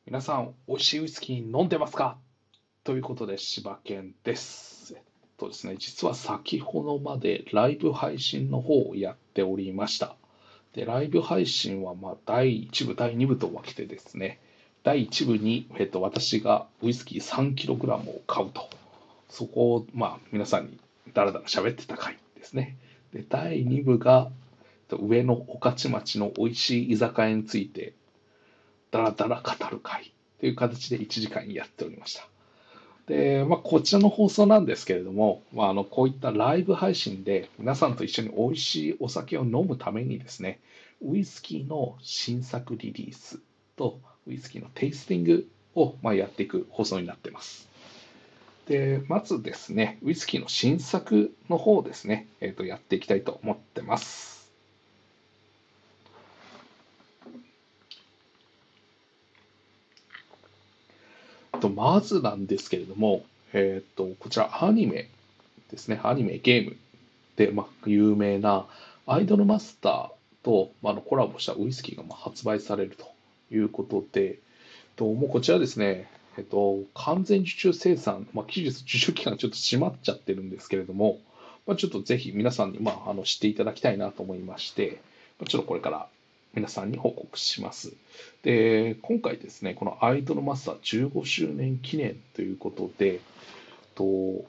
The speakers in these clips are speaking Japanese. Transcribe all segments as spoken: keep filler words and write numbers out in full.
皆さん、美味しいウイスキー飲んでますかということで、柴犬です。えっとですね、実は先ほどまでライブ配信の方をやっておりました。で、ライブ配信はまあだいいち部、だいに部と分けてですね、だいいち部に、えっと、私がウイスキー さんキログラム を買うと、そこをまあ皆さんにだらだら喋ってた回ですね。で、だいに部がえっと上野御徒町の美味しい居酒屋についてだらだら語る会という形でいちじかんやっておりました。で、まあ、こちらの放送なんですけれども、まあ、あのこういったライブ配信で皆さんと一緒に美味しいお酒を飲むためにですね、ウイスキーの新作リリースとウイスキーのテイスティングをまあやっていく放送になっています。で、まずですね、ウイスキーの新作の方をですね、えー、とやっていきたいと思ってます。とまずなんですけれども、えっ、と、こちらアニメですね、アニメ、ゲームで、まあ、有名なアイドルマスターと、まあ、のコラボしたウイスキーがまあ発売されるということで、ともうこちらですね、えっと、完全受注生産、まあ、期日受注期間ちょっと閉まっちゃってるんですけれども、まあ、ちょっとぜひ皆さんに、まあ、あの知っていただきたいなと思いまして、ちょっとこれから皆さんに報告します。で、今回ですね、このアイドルマスターじゅうごしゅうねん記念ということで、と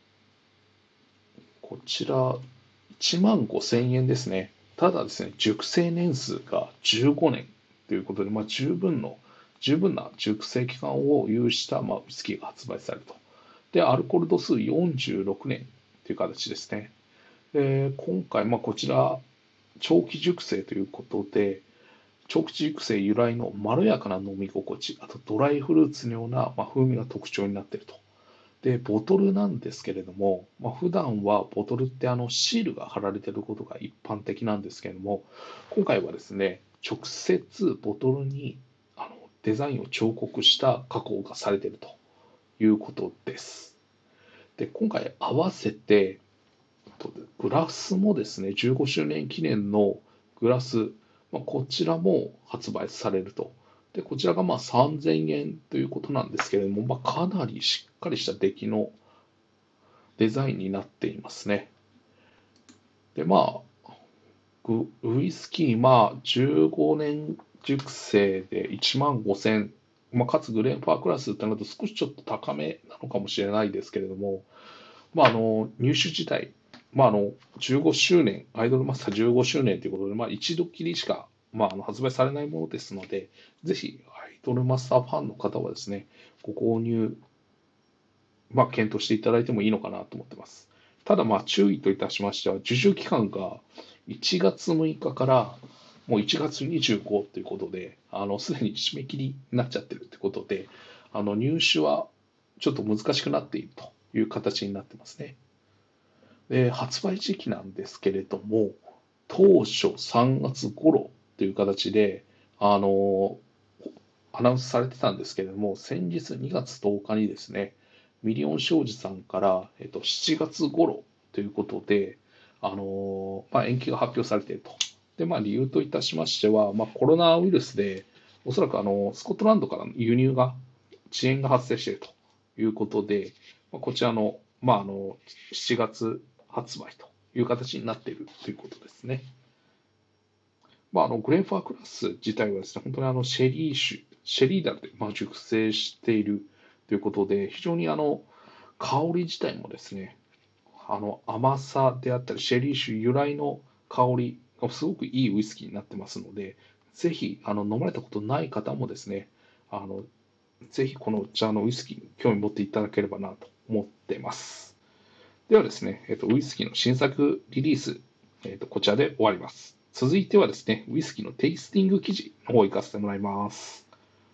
こちらいちまんごせんえんですね。ただですね、熟成年数がじゅうごねんということで、まあ、十分の、十分な熟成期間を有した、まあ、ウイスキーが発売されると。で、アルコール度数よんじゅうろくねんという形ですね。で、今回、まあ、こちら、長期熟成ということで、長期熟成由来のまろやかな飲み心地、あとドライフルーツのような、まあ、風味が特徴になっていると。で、ボトルなんですけれども、まあ、普段はボトルってあのシールが貼られていることが一般的なんですけれども、今回はですね、直接ボトルにあのデザインを彫刻した加工がされているということです。で、今回合わせて、グラスもですね、じゅうごしゅうねん記念のグラス、まあ、こちらも発売されると。で、こちらがまあさんぜんえんということなんですけれども、まあ、かなりしっかりした出来のデザインになっていますね。で、まあ、ウイスキー、まあ、じゅうごねん熟成でいちまんごせん、まあ、かつグレーンパークラスってなると少しちょっと高めなのかもしれないですけれども、まあ、あの入手自体、まあ、あのじゅうごしゅうねん、アイドルマスターじゅうごしゅうねんということで、まあ、一度きりしか、まあ、あの発売されないものですので、ぜひアイドルマスターファンの方はですね、ご購入、まあ、検討していただいてもいいのかなと思ってます。ただ、まあ、注意といたしましては、受注期間がいちがつむいかからもういちがつにじゅうごということで、あの、すでに締め切りになっちゃってるということで、あの、入手はちょっと難しくなっているという形になってますね。で、発売時期なんですけれども、当初さんがつ頃という形で、あの、アナウンスされてたんですけれども、先日にがつとおかにですね、ミリオン商事さんから、えっと、しちがつ頃ということで、あのまあ、延期が発表されていると。で、まあ、理由といたしましては、まあ、コロナウイルスで、おそらくあのスコットランドからの輸入が、遅延が発生しているということで、まあ、こちらの、まあ、あのしちがつ発売という形になっているということですね。まあ、あのグレーファークラス自体はですね、本当にあのシェリー種、シェリーダルでまあ熟成しているということで、非常にあの香り自体もですね、あの甘さであったり、シェリー種由来の香りがすごくいいウイスキーになってますので、ぜひあの飲まれたことない方もですね、あのぜひこの茶のウイスキーに興味持っていただければなと思っています。ではですね、えっと、ウイスキーの新作リリース、えっと、こちらで終わります。続いてはですね、ウイスキーのテイスティング記事の方行かせてもらいます。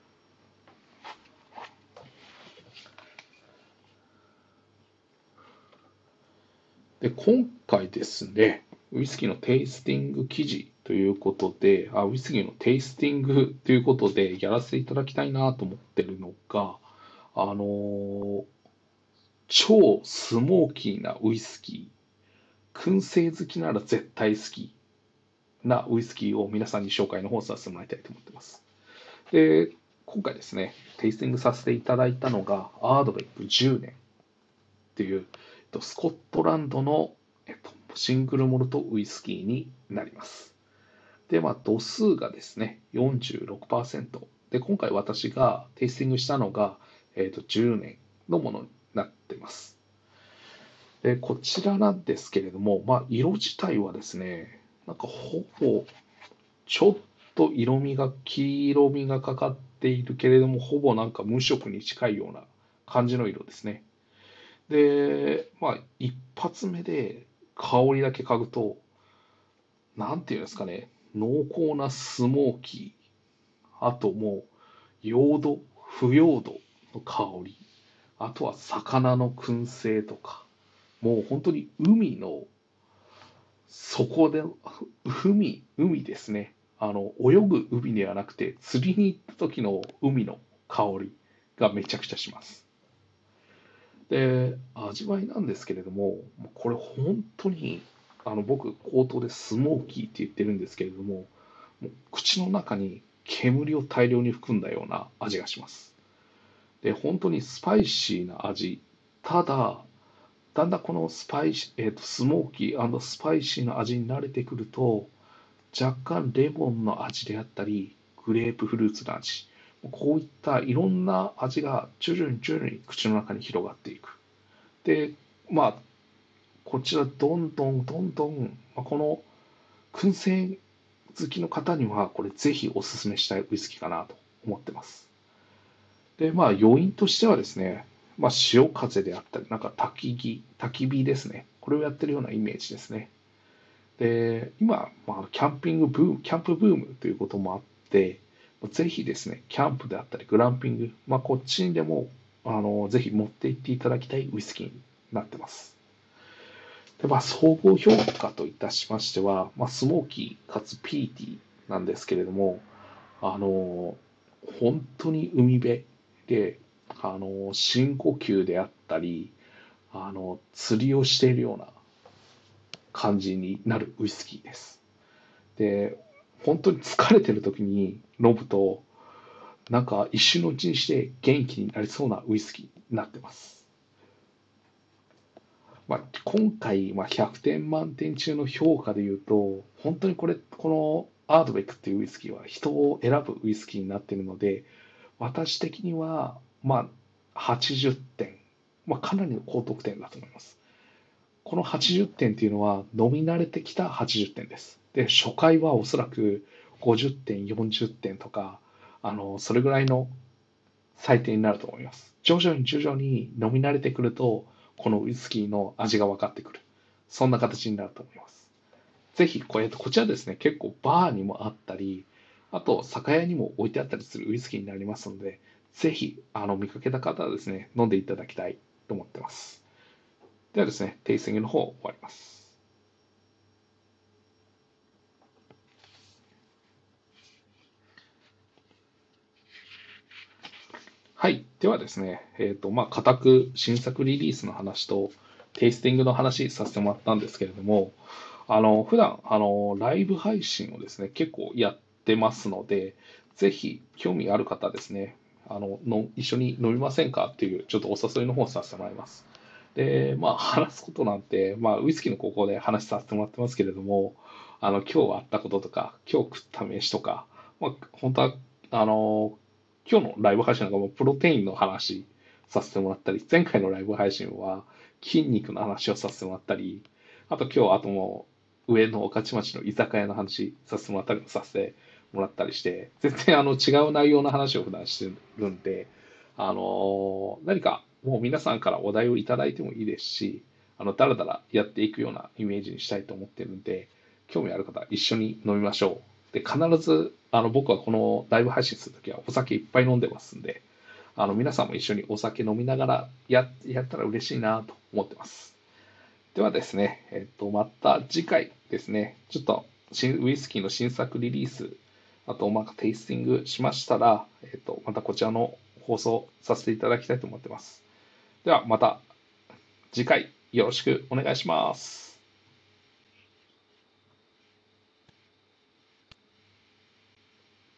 で、今回ですね、ウイスキーのテイスティング記事ということで、あ、ウイスキーのテイスティングということでやらせていただきたいなと思ってるのが、あのー超スモーキーなウイスキー、燻製好きなら絶対好きなウイスキーを皆さんに紹介の方させてもらいたいと思ってます。で、 今回ですね、テイスティングさせていただいたのが、アードベックじゅうねんっていう、えっと、スコットランドの、えっと、シングルモルトウイスキーになります。で、まあ、度数がですね、よんじゅうろくパーセント。で、今回私がテイスティングしたのが、えっと、じゅうねんのものになっています。で、こちらなんですけれども、まあ、色自体はですね、なんかほぼ、ちょっと色味が、黄色みがかかっているけれども、ほぼなんか無色に近いような感じの色ですね。で、まあ、一発目で香りだけ嗅ぐと、なんていうんですかね、濃厚なスモーキー、あともう、用土、腐葉土の香り、あとは魚の燻製とか、もう本当に海の底で、海、海ですね。あの、泳ぐ海ではなくて、釣りに行った時の海の香りがめちゃくちゃします。で、味わいなんですけれども、これ本当に、あの、僕、口頭でスモーキーって言ってるんですけれども、もう口の中に煙を大量に含んだような味がします。で、本当にスパイシーな味。ただ、だんだんこのスパイシー、えーと、スモーキースパイシーな味に慣れてくると、若干レモンの味であったり、グレープフルーツの味、こういったいろんな味が徐々に徐々に口の中に広がっていく。で、まあ、こちらどんどんどんどん、まあ、この燻製好きの方には、これぜひお勧めしたいウイスキーかなと思ってます。で、まあ、要因としてはですね、まあ、潮風であったり、なんか焚き木、焚き火ですね。これをやってるようなイメージですね。で、今、まあ、キャンピングブーム、キャンプブームということもあって、ぜひですね、キャンプであったり、グランピング、まあ、こっちにでも、あの、ぜひ持って行っていただきたいウイスキーになってます。で、まあ、総合評価といたしましては、まあ、スモーキーかつピーティーなんですけれども、あの、本当に海辺で、あの、深呼吸であったり、あの、釣りをしているような感じになるウイスキーです。で、本当に疲れてる時に飲むと、なんか一瞬のうちにして元気になりそうなウイスキーになってます。まあ、今回、まあ、ひゃくてん満点中の評価で言うと、本当にこれ、このアードベックっていうウイスキーは人を選ぶウイスキーになっているので、私的には、まあ、はちじゅってん。まあ、かなりの高得点だと思います。このはちじゅってんっていうのは、飲み慣れてきたはちじゅってんです。で、初回はおそらくごじゅってん、よんじゅってんとか、あの、それぐらいの採点になると思います。徐々に徐々に飲み慣れてくると、このウイスキーの味が分かってくる。そんな形になると思います。ぜひ、これ、こちらですね、結構バーにもあったり、あと、酒屋にも置いてあったりするウイスキーになりますので、ぜひ、あの、見かけた方はですね、飲んでいただきたいと思ってます。ではですね、テイスティングの方終わります。はい。ではですね、えっと、まあ、固く新作リリースの話と、テイスティングの話させてもらったんですけれども、あの、普段、あの、ライブ配信をですね、結構やってますので、ぜひ、興味ある方ですね、あの、の一緒に飲みませんかっていう、ちょっとお誘いの方をさせてもらいます。で、まあ、話すことなんて、まあ、ウイスキーの高校で話させてもらってますけれども、あの、今日あったこととか、今日食った飯とか、まあ、本当は、あの、今日のライブ配信なんかもプロテインの話させてもらったり、前回のライブ配信は筋肉の話をさせてもらったり、あと今日あともう上の御徒町の居酒屋の話させてもらったりもさせてもらったりして、全然あの違う内容の話を普段してるんで、あの何かもう皆さんからお題をいただいてもいいですし、あの、だらだらやっていくようなイメージにしたいと思ってるんで、興味ある方一緒に飲みましょう。で、必ず、あの、僕はこのライブ配信するときはお酒いっぱい飲んでますんで、あの、皆さんも一緒にお酒飲みながらや、やったら嬉しいなと思ってます。ではですね、えっと、また次回ですね、ちょっと新ウイスキーの新作リリース、あと、まあ、テイスティングしましたら、えっと、またこちらの放送させていただきたいと思ってます。では、また次回よろしくお願いします。